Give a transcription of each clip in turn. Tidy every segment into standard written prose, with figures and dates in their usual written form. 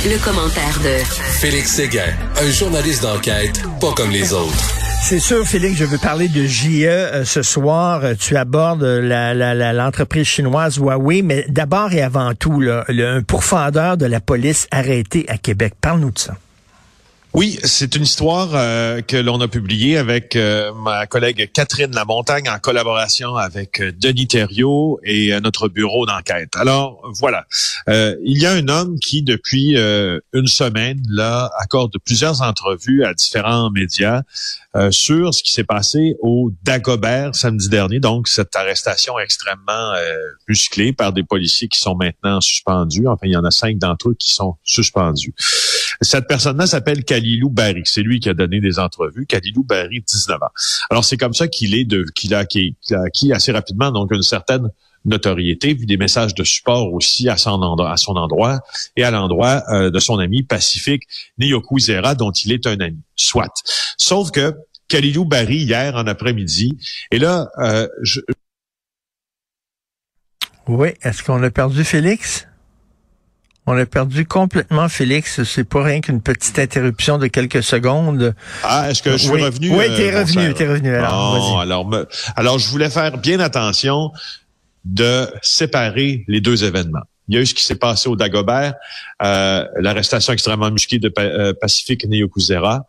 Le commentaire de Félix Séguin, un journaliste d'enquête pas comme les autres. C'est sûr, Félix, je veux parler de GE ce soir. Tu abordes l'entreprise chinoise Huawei, mais d'abord et avant tout, là, un pourfendeur de la police arrêté à Québec. Parle-nous de ça. Oui, c'est une histoire que l'on a publiée avec ma collègue Catherine Lamontagne en collaboration avec Denis Thériault et notre bureau d'enquête. Alors, voilà. Il y a un homme qui, depuis une semaine, là, accorde plusieurs entrevues à différents médias sur ce qui s'est passé au Dagobert samedi dernier. Donc, cette arrestation extrêmement musclée par des policiers qui sont maintenant suspendus. Enfin, il y en a 5 d'entre eux qui sont suspendus. Cette personne-là s'appelle Khalilou Barry. C'est lui qui a donné des entrevues. Khalilou Barry, 19 ans. Alors, c'est comme ça qu'il a acquis assez rapidement donc une certaine notoriété, puis des messages de support aussi à son endroit et à l'endroit de son ami Pacifique Nyokwizera, dont il est un ami. Soit. Sauf que Khalilou Barry, hier en après-midi, et là, Oui, est-ce qu'on a perdu Félix? On a perdu complètement Félix. C'est pas rien qu'une petite interruption de quelques secondes. Ah, est-ce que je suis revenu? Oui, t'es revenu. Alors, je voulais faire bien attention de séparer les deux événements. Il y a eu ce qui s'est passé au Dagobert, l'arrestation extrêmement musclée de Pacifique Nyokwizera,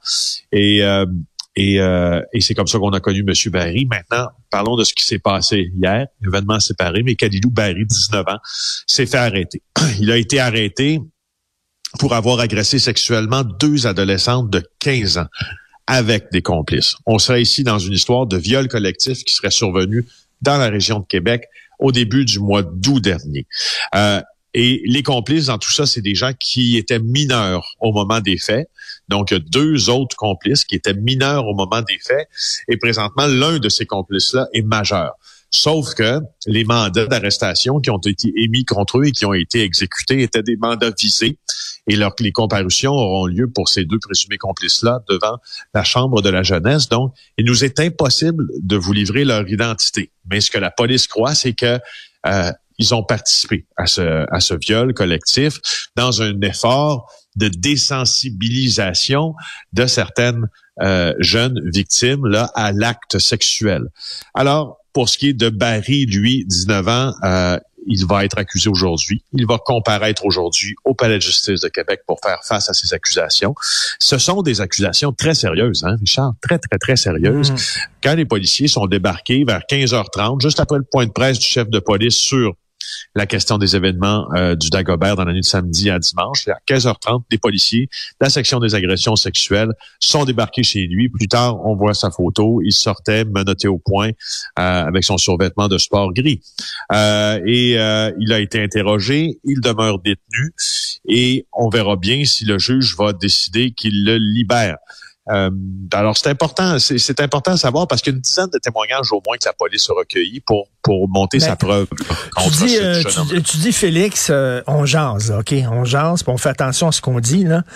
et c'est comme ça qu'on a connu M. Barry. Maintenant, parlons de ce qui s'est passé hier, événement séparé, mais Khalilou Barry, 19 ans, s'est fait arrêter. Il a été arrêté pour avoir agressé sexuellement 2 adolescentes de 15 ans avec des complices. On serait ici dans une histoire de viol collectif qui serait survenu dans la région de Québec au début du mois d'août dernier. Et les complices dans tout ça, c'est des gens qui étaient mineurs au moment des faits. Donc, il y a 2 autres complices qui étaient mineurs au moment des faits. Et présentement, l'un de ces complices-là est majeur. Sauf que les mandats d'arrestation qui ont été émis contre eux et qui ont été exécutés étaient des mandats visés. Et les comparutions auront lieu pour ces 2 présumés complices-là devant la Chambre de la jeunesse. Donc, il nous est impossible de vous livrer leur identité. Mais ce que la police croit, c'est que ils ont participé à ce viol collectif dans un effort de désensibilisation de certaines jeunes victimes là à l'acte sexuel. Alors, pour ce qui est de Barry, lui, 19 ans, il va être accusé aujourd'hui. Il va comparaître aujourd'hui au Palais de justice de Québec pour faire face à ces accusations. Ce sont des accusations très sérieuses, hein, Richard? Très, très, très sérieuses. Quand les policiers sont débarqués vers 15h30, juste après le point de presse du chef de police sur la question des événements du Dagobert dans la nuit de samedi à dimanche. À 15h30, des policiers de la section des agressions sexuelles sont débarqués chez lui. Plus tard, on voit sa photo. Il sortait menotté au poing avec son survêtement de sport gris. Il a été interrogé. Il demeure détenu et on verra bien si le juge va décider qu'il le libère. Alors, c'est important à savoir parce qu'il y a une dizaine de témoignages au moins que la police a recueillis pour monter sa preuve contre ce jeune homme. Tu dis, Félix, on jase, OK? On jase, puis on fait attention à ce qu'on dit, là.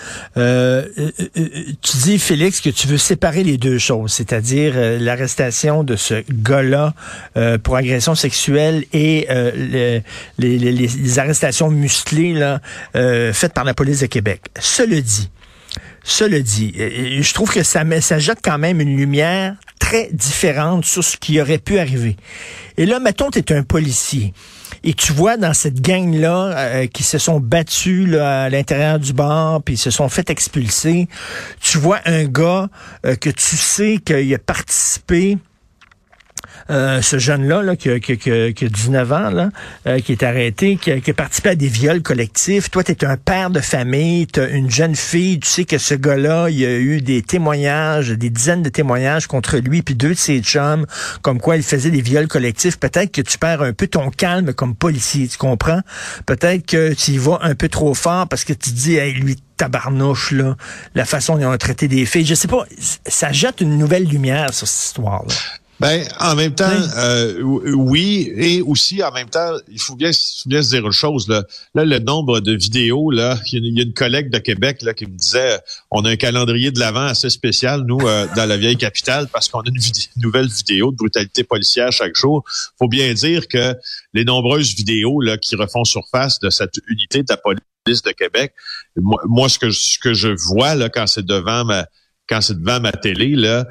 Tu dis, Félix, que tu veux séparer les 2 choses, c'est-à-dire l'arrestation de ce gars-là pour agression sexuelle et les arrestations musclées là faites par la police de Québec. Cela dit, je trouve que ça jette quand même une lumière très différente sur ce qui aurait pu arriver. Et là, mettons, tu es un policier et tu vois dans cette gang-là qui se sont battus là, à l'intérieur du bar puis se sont fait expulser, tu vois un gars que tu sais qu'il a participé. Ce jeune-là là, qui a 19 ans, là, qui est arrêté, qui a participé à des viols collectifs. Toi, tu es un père de famille, tu as une jeune fille, tu sais que ce gars-là, il y a eu des témoignages, des dizaines de témoignages contre lui, puis 2 de ses chums, comme quoi il faisait des viols collectifs. Peut-être que tu perds un peu ton calme comme policier, tu comprends? Peut-être que tu y vas un peu trop fort parce que tu te dis, hey, lui, tabarnouche, là, la façon dont ils ont traité des filles. Je sais pas, ça jette une nouvelle lumière sur cette histoire-là. Ben, en même temps, oui, et aussi, en même temps, il faut bien se dire une chose, là. Là, le nombre de vidéos, là, il y a une collègue de Québec, là, qui me disait, on a un calendrier de l'Avent assez spécial, nous, dans la vieille capitale, parce qu'on a une nouvelle vidéo de brutalité policière chaque jour. Faut bien dire que les nombreuses vidéos, là, qui refont surface de cette unité de la police police de Québec. Moi, ce que je vois là quand c'est devant ma télé là,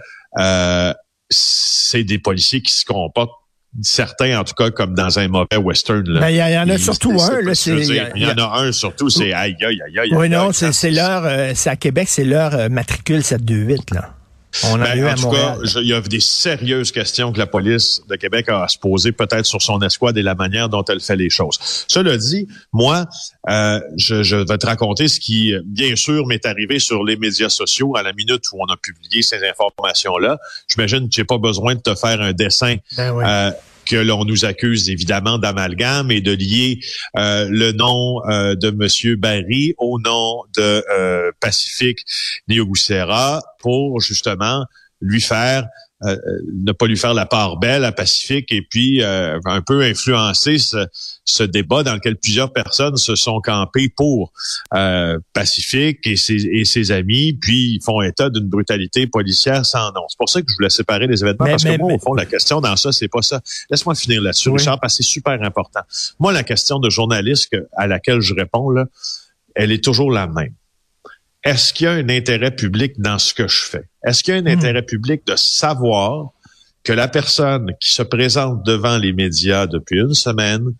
c'est des policiers qui se comportent, certains en tout cas, comme dans un mauvais western. Ben, il y en a surtout un. Là, il y en a un surtout, c'est aïe aïe aïe aïe. Oui, non, c'est leur, c'est à Québec, c'est leur matricule 728 là. On a eu à Montréal. Il y a des sérieuses questions que la police de Québec a à se poser, peut-être sur son escouade et la manière dont elle fait les choses. Cela dit, moi, je vais te raconter ce qui, bien sûr, m'est arrivé sur les médias sociaux à la minute où on a publié ces informations-là. J'imagine que j'ai pas besoin de te faire un dessin. Ben oui. Que l'on nous accuse évidemment d'amalgame et de lier le nom de Monsieur Barry au nom de Pacifique Niugusera pour justement lui faire ne pas lui faire la part belle à Pacifique et puis un peu influencer ce débat dans lequel plusieurs personnes se sont campées pour Pacifique et ses amis, puis ils font état d'une brutalité policière sans nom. C'est pour ça que je voulais séparer les événements, parce que moi, au fond, la question dans ça, c'est pas ça. Laisse-moi finir là-dessus, oui. Richard, parce que c'est super important. Moi, la question de journaliste à laquelle je réponds, là, elle est toujours la même. Est-ce qu'il y a un intérêt public dans ce que je fais? Est-ce qu'il y a un intérêt public de savoir que la personne qui se présente devant les médias depuis une semaine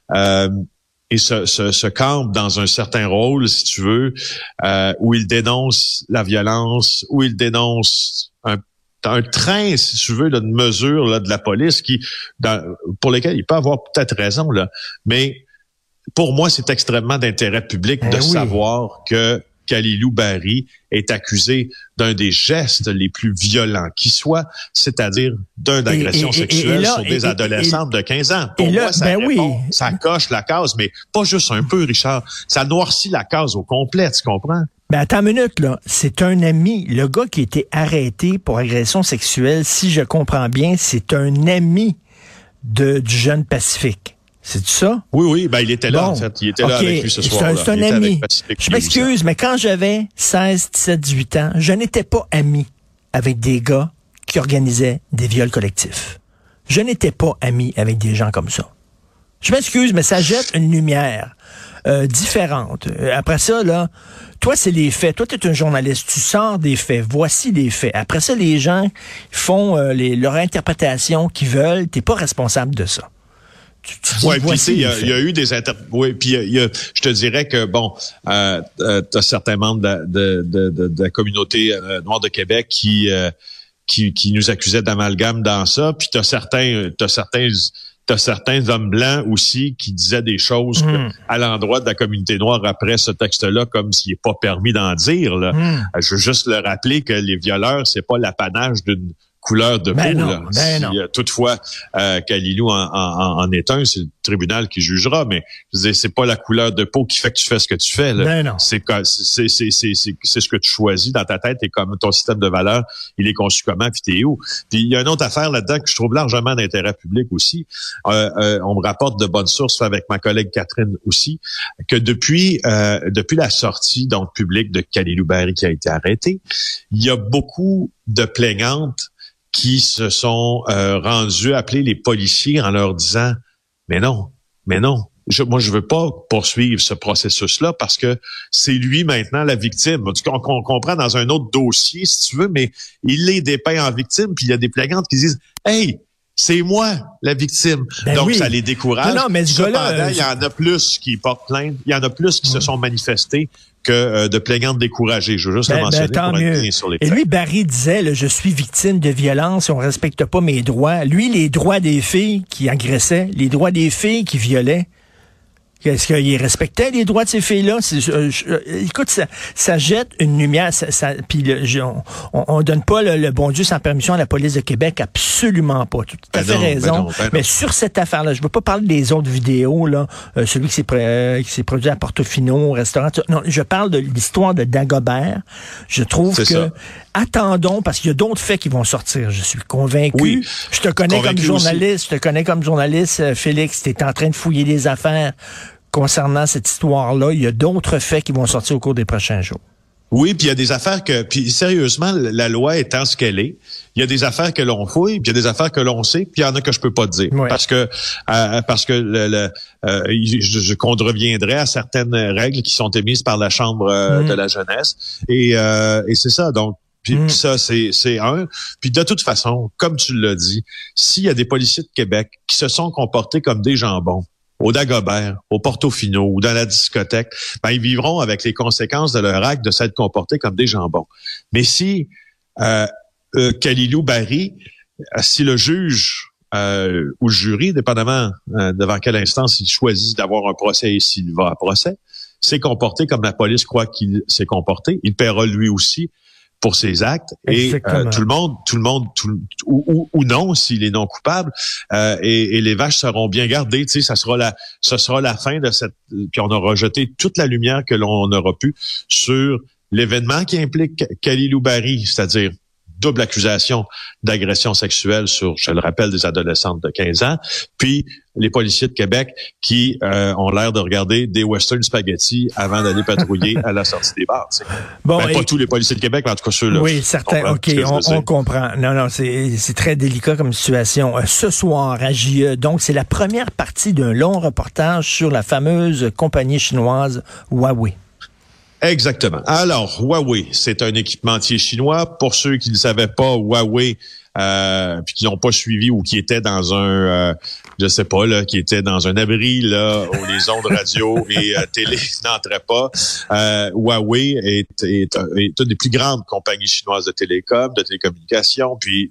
et se campe dans un certain rôle, si tu veux, où il dénonce la violence, où il dénonce un train, si tu veux, là, de mesures là, de la police pour lesquelles il peut avoir peut-être raison, là, mais pour moi, c'est extrêmement d'intérêt public de savoir que Kalilou Barry est accusé d'un des gestes les plus violents qui soient, c'est-à-dire d'une agression sexuelle sur des adolescentes de 15 ans. Pour moi, ça coche la case, mais pas juste un peu, Richard. Ça noircit la case au complet, tu comprends? Ben attends une minute, là. C'est un ami. Le gars qui a été arrêté pour agression sexuelle, si je comprends bien, c'est un ami du jeune Pacifique. C'est ça? Oui, ben il était là, en fait. Il était là avec lui ce soir-là. C'est un ami. Je m'excuse, mais quand j'avais 16, 17, 18 ans, je n'étais pas ami avec des gars qui organisaient des viols collectifs. Je n'étais pas ami avec des gens comme ça. Je m'excuse, mais ça jette une lumière différente. Après ça, là, toi, c'est les faits. Toi, tu es un journaliste. Tu sors des faits. Voici les faits. Après ça, les gens font leur interprétation qu'ils veulent. Tu n'es pas responsable de ça. Oui, puis tu sais, il y a eu des puis je te dirais que bon, t'as certains membres de la communauté noire de Québec qui nous accusaient d'amalgame dans ça, puis t'as certains hommes blancs aussi qui disaient des choses à l'endroit de la communauté noire après ce texte-là, comme s'il n'est pas permis d'en dire. Là. Je veux juste le rappeler que les violeurs, c'est pas l'apanage d'une couleur de peau. Là. Si, toutefois, Kalilou en est un, c'est le tribunal qui jugera, mais je veux dire, c'est pas la couleur de peau qui fait que tu fais ce que tu fais. Là. C'est ce que tu choisis dans ta tête et comme ton système de valeurs, il est conçu comment, puis t'es où. Puis il y a une autre affaire là-dedans que je trouve largement d'intérêt public aussi. On me rapporte de bonnes sources avec ma collègue Catherine aussi, que depuis la sortie donc publique de Kalilou Barry qui a été arrêté, il y a beaucoup de plaignantes qui se sont rendus appeler les policiers en leur disant « Mais non, moi je veux pas poursuivre ce processus-là parce que c'est lui maintenant la victime. » On comprend dans un autre dossier, si tu veux, mais il les dépeint en victime, puis il y a des plaignantes qui disent « Hey, c'est moi la victime. » Donc, ça les décourage. Non, mais cependant, il y en a plus qui portent plainte, il y en a plus qui se sont manifestés que de plaignantes découragées. Je veux juste le mentionner pour être bien sur les faits. Et lui, Barry disait, là, je suis victime de violence, on respecte pas mes droits. Lui, les droits des filles qui agressaient, les droits des filles qui violaient, est-ce qu'il respectait les droits de ces filles-là? Écoute, ça jette une lumière. Puis on donne pas le bon Dieu sans permission à la police de Québec, absolument pas. Tu as fait raison. Mais sur cette affaire-là, je veux pas parler des autres vidéos, là, celui qui s'est produit à Portofino, au restaurant. Non, je parle de l'histoire de Dagobert. Je trouve que attendons, parce qu'il y a d'autres faits qui vont sortir. Je suis convaincu. Oui, je te connais comme journaliste. Félix, tu es en train de fouiller les affaires concernant cette histoire-là. Il y a d'autres faits qui vont sortir au cours des prochains jours. Oui, puis il y a des affaires puis sérieusement, la loi étant ce qu'elle est, il y a des affaires que l'on fouille, puis il y a des affaires que l'on sait, puis il y en a que je peux pas te dire, oui. parce que je contreviendrais à certaines règles qui sont émises par la Chambre de la jeunesse, et c'est ça. Donc, puis ça, c'est un. Puis de toute façon, comme tu l'as dit, s'il y a des policiers de Québec qui se sont comportés comme des jambons, au Dagobert, au Portofino ou dans la discothèque, ben ils vivront avec les conséquences de leur acte de s'être comportés comme des jambons. Mais si Khalilou Barry, si le juge ou le jury, dépendamment devant quelle instance il choisit d'avoir un procès et s'il va à procès, s'est comporté comme la police croit qu'il s'est comporté, il paiera lui aussi pour ses actes. Exactement. Et tout le monde, ou non, s'il est non coupable, et les vaches seront bien gardées. Tu sais, ce sera la fin de cette. Puis on aura jeté toute la lumière que l'on aura pu sur l'événement qui implique Khalilou Barry, c'est-à-dire double accusation d'agression sexuelle sur, je le rappelle, des adolescentes de 15 ans, puis les policiers de Québec qui ont l'air de regarder des western spaghetti avant d'aller patrouiller à la sortie des bars. Bon, pas tous les policiers de Québec, mais en tout cas ceux-là. Oui, certains. OK, on comprend. Non, c'est très délicat comme situation. Ce soir, à JE, donc, c'est la première partie d'un long reportage sur la fameuse compagnie chinoise Huawei. Exactement. Alors, Huawei, c'est un équipementier chinois. Pour ceux qui ne le savaient pas, Huawei, puis qui n'ont pas suivi ou qui étaient dans un, je sais pas, là, qui étaient dans un abri, là, où les ondes radio et télé n'entraient pas. Huawei est une des plus grandes compagnies chinoises de télécommunications, puis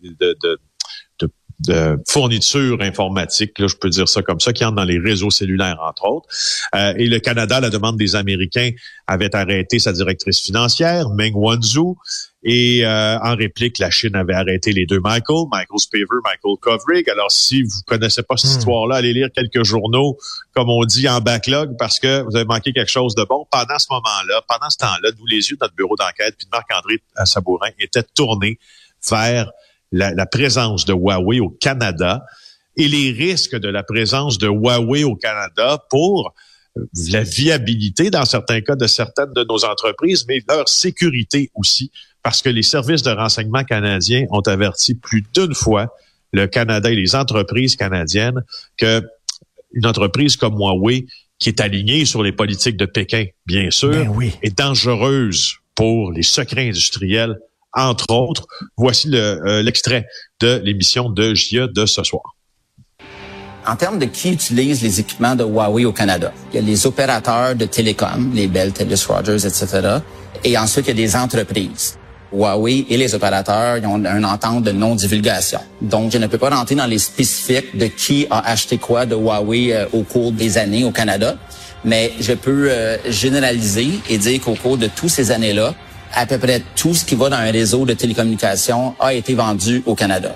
de fourniture informatique, là, je peux dire ça comme ça, qui entre dans les réseaux cellulaires, entre autres. Et le Canada, à la demande des Américains, avait arrêté sa directrice financière, Meng Wanzhou, et en réplique, la Chine avait arrêté les deux Michael Spavor, Michael Kovrig. Alors, si vous connaissez pas cette histoire-là, allez lire quelques journaux, comme on dit, en backlog, parce que vous avez manqué quelque chose de bon. Pendant ce moment-là, pendant ce temps-là, nous, les yeux de notre bureau d'enquête, puis de Marc-André Sabourin, étaient tournés vers la présence de Huawei au Canada et les risques de la présence de Huawei au Canada pour la viabilité, dans certains cas, de certaines de nos entreprises, mais leur sécurité aussi, parce que les services de renseignement canadiens ont averti plus d'une fois le Canada et les entreprises canadiennes que une entreprise comme Huawei, qui est alignée sur les politiques de Pékin, bien sûr, est dangereuse pour les secrets industriels, entre autres. Voici l'extrait de l'émission de JE de ce soir. En termes de qui utilise les équipements de Huawei au Canada, il y a les opérateurs de télécom, les Bell, Telus, Rogers, etc. Et ensuite, il y a des entreprises. Huawei et les opérateurs, ils ont une entente de non-divulgation. Donc, je ne peux pas rentrer dans les spécifiques de qui a acheté quoi de Huawei au cours des années au Canada, mais je peux généraliser et dire qu'au cours de toutes ces années-là, à peu près tout ce qui va dans un réseau de télécommunications a été vendu au Canada.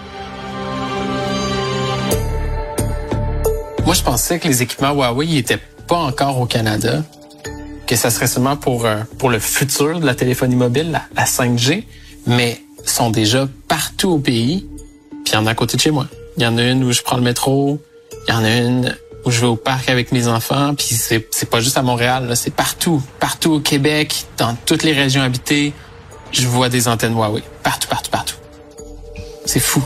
Moi, je pensais que les équipements Huawei n'étaient pas encore au Canada, que ça serait seulement pour le futur de la téléphonie mobile, la 5G, mais sont déjà partout au pays, puis il y en a à côté de chez moi. Il y en a une où je prends le métro, il y en a une où je vais au parc avec mes enfants, puis c'est pas juste à Montréal, là, c'est partout au Québec, dans toutes les régions habitées, je vois des antennes Huawei, partout. C'est fou.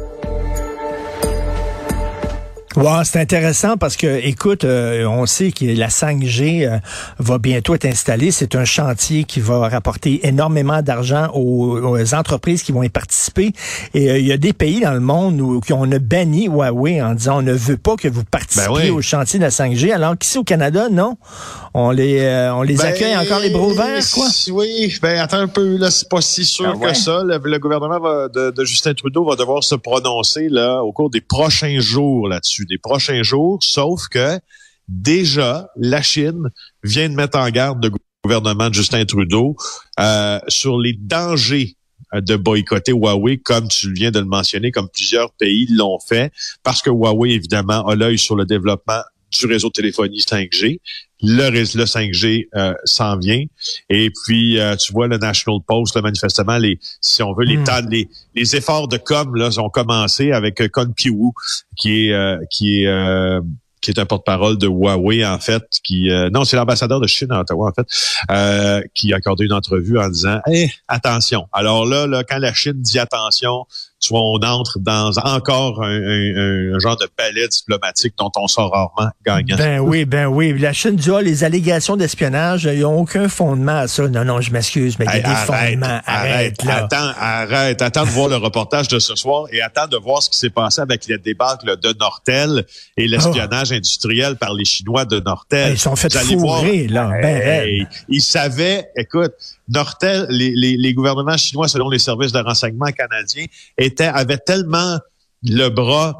Wow, c'est intéressant parce que, écoute, on sait que la 5G va bientôt être installée. C'est un chantier qui va rapporter énormément d'argent aux entreprises qui vont y participer. Et il y a des pays dans le monde où on a banni Huawei en disant on ne veut pas que vous participiez au chantier de la 5G, alors qu'ici au Canada, non. On les accueille encore les bras ouverts, quoi. Oui, attends un peu, là, c'est pas si sûr que ça. Le gouvernement de Justin Trudeau va devoir se prononcer là au cours des prochains jours là-dessus. Sauf que déjà, la Chine vient de mettre en garde le gouvernement de Justin Trudeau sur les dangers de boycotter Huawei, comme tu viens de le mentionner, comme plusieurs pays l'ont fait, parce que Huawei, évidemment, a l'œil sur le développement du réseau de téléphonie 5G. Le 5G s'en vient. Et puis, tu vois, le National Post, là, manifestement, si on veut, les efforts de com là ont commencé avec Con Piwu, qui qui est un porte-parole de Huawei, en fait, non, c'est l'ambassadeur de Chine à Ottawa, en fait, qui a accordé une entrevue en disant, attention. Alors là, quand la Chine dit attention, tu vois, on entre dans encore un genre de ballet diplomatique dont on sort rarement gagnant. Ben oui. La Chine dit, les allégations d'espionnage, ils n'ont aucun fondement à ça. Non, je m'excuse, mais il y a des fondements. Arrête, là. Attends de voir le reportage de ce soir et attends de voir ce qui s'est passé avec les débâcles de Nortel et l'espionnage industriel par les Chinois de Nortel. Ils sont fait fourrer, là. Ils savaient, écoute, Nortel, les gouvernements chinois, selon les services de renseignement canadiens, avaient tellement le bras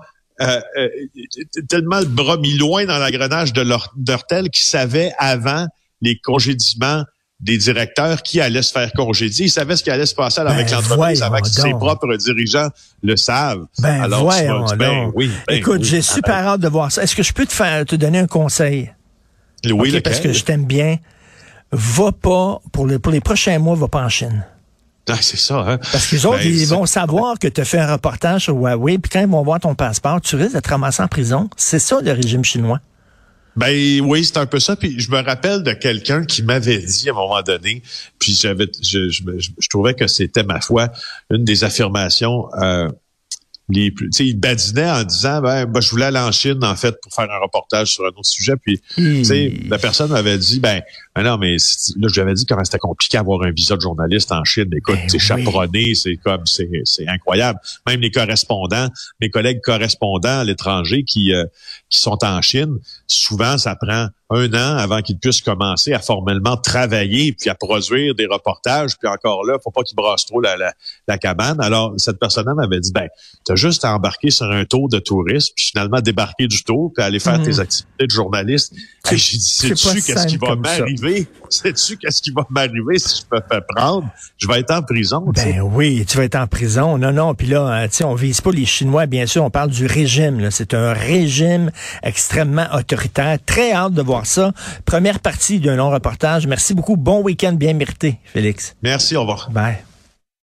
mis loin dans l'engrenage de Nortel qu'ils savaient avant les congédiements des directeurs qui allaient se faire congédier. Ils savaient ce qui allait se passer avec l'entreprise avant que ses propres dirigeants le savent. Écoute, j'ai super hâte de voir ça. Est-ce que je peux te donner un conseil? Oui, parce que je t'aime bien. Va pas, pour les prochains mois, va pas en Chine. Ah, c'est ça, hein? Parce que les autres, ils vont savoir que tu as fait un reportage sur Huawei, puis quand ils vont voir ton passeport, tu risques d'être ramassé en prison. C'est ça, le régime chinois. Ben oui, c'est un peu ça. Puis je me rappelle de quelqu'un qui m'avait dit à un moment donné, puis je trouvais que c'était, ma foi, une des affirmations il badinait en disant je voulais aller en Chine en fait pour faire un reportage sur un autre sujet, puis la personne m'avait dit non, mais là, je lui avais dit comment c'était compliqué d'avoir un visa de journaliste en Chine. Écoute, c'est chaperonné, c'est incroyable. Même les correspondants, mes collègues correspondants à l'étranger qui sont en Chine, souvent ça prend 1 an avant qu'ils puissent commencer à formellement travailler puis à produire des reportages. Puis encore là, faut pas qu'ils brassent trop la cabane. Alors, cette personne-là m'avait dit, t'as juste à embarquer sur un tour de tourisme, puis finalement débarquer du tour, puis aller faire tes activités de journaliste. J'ai dit, sais-tu qu'est-ce qui va m'arriver? Sais-tu qu'est-ce qui va m'arriver si je me fais prendre? Je vais être en prison. Oui, tu vas être en prison. Non. Puis là, on vise pas les Chinois, bien sûr. On parle du régime. Là. C'est un régime extrêmement autoritaire. Très hâte de voir ça. Première partie d'un long reportage. Merci beaucoup. Bon week-end bien mérité, Félix. Merci, au revoir. Bye.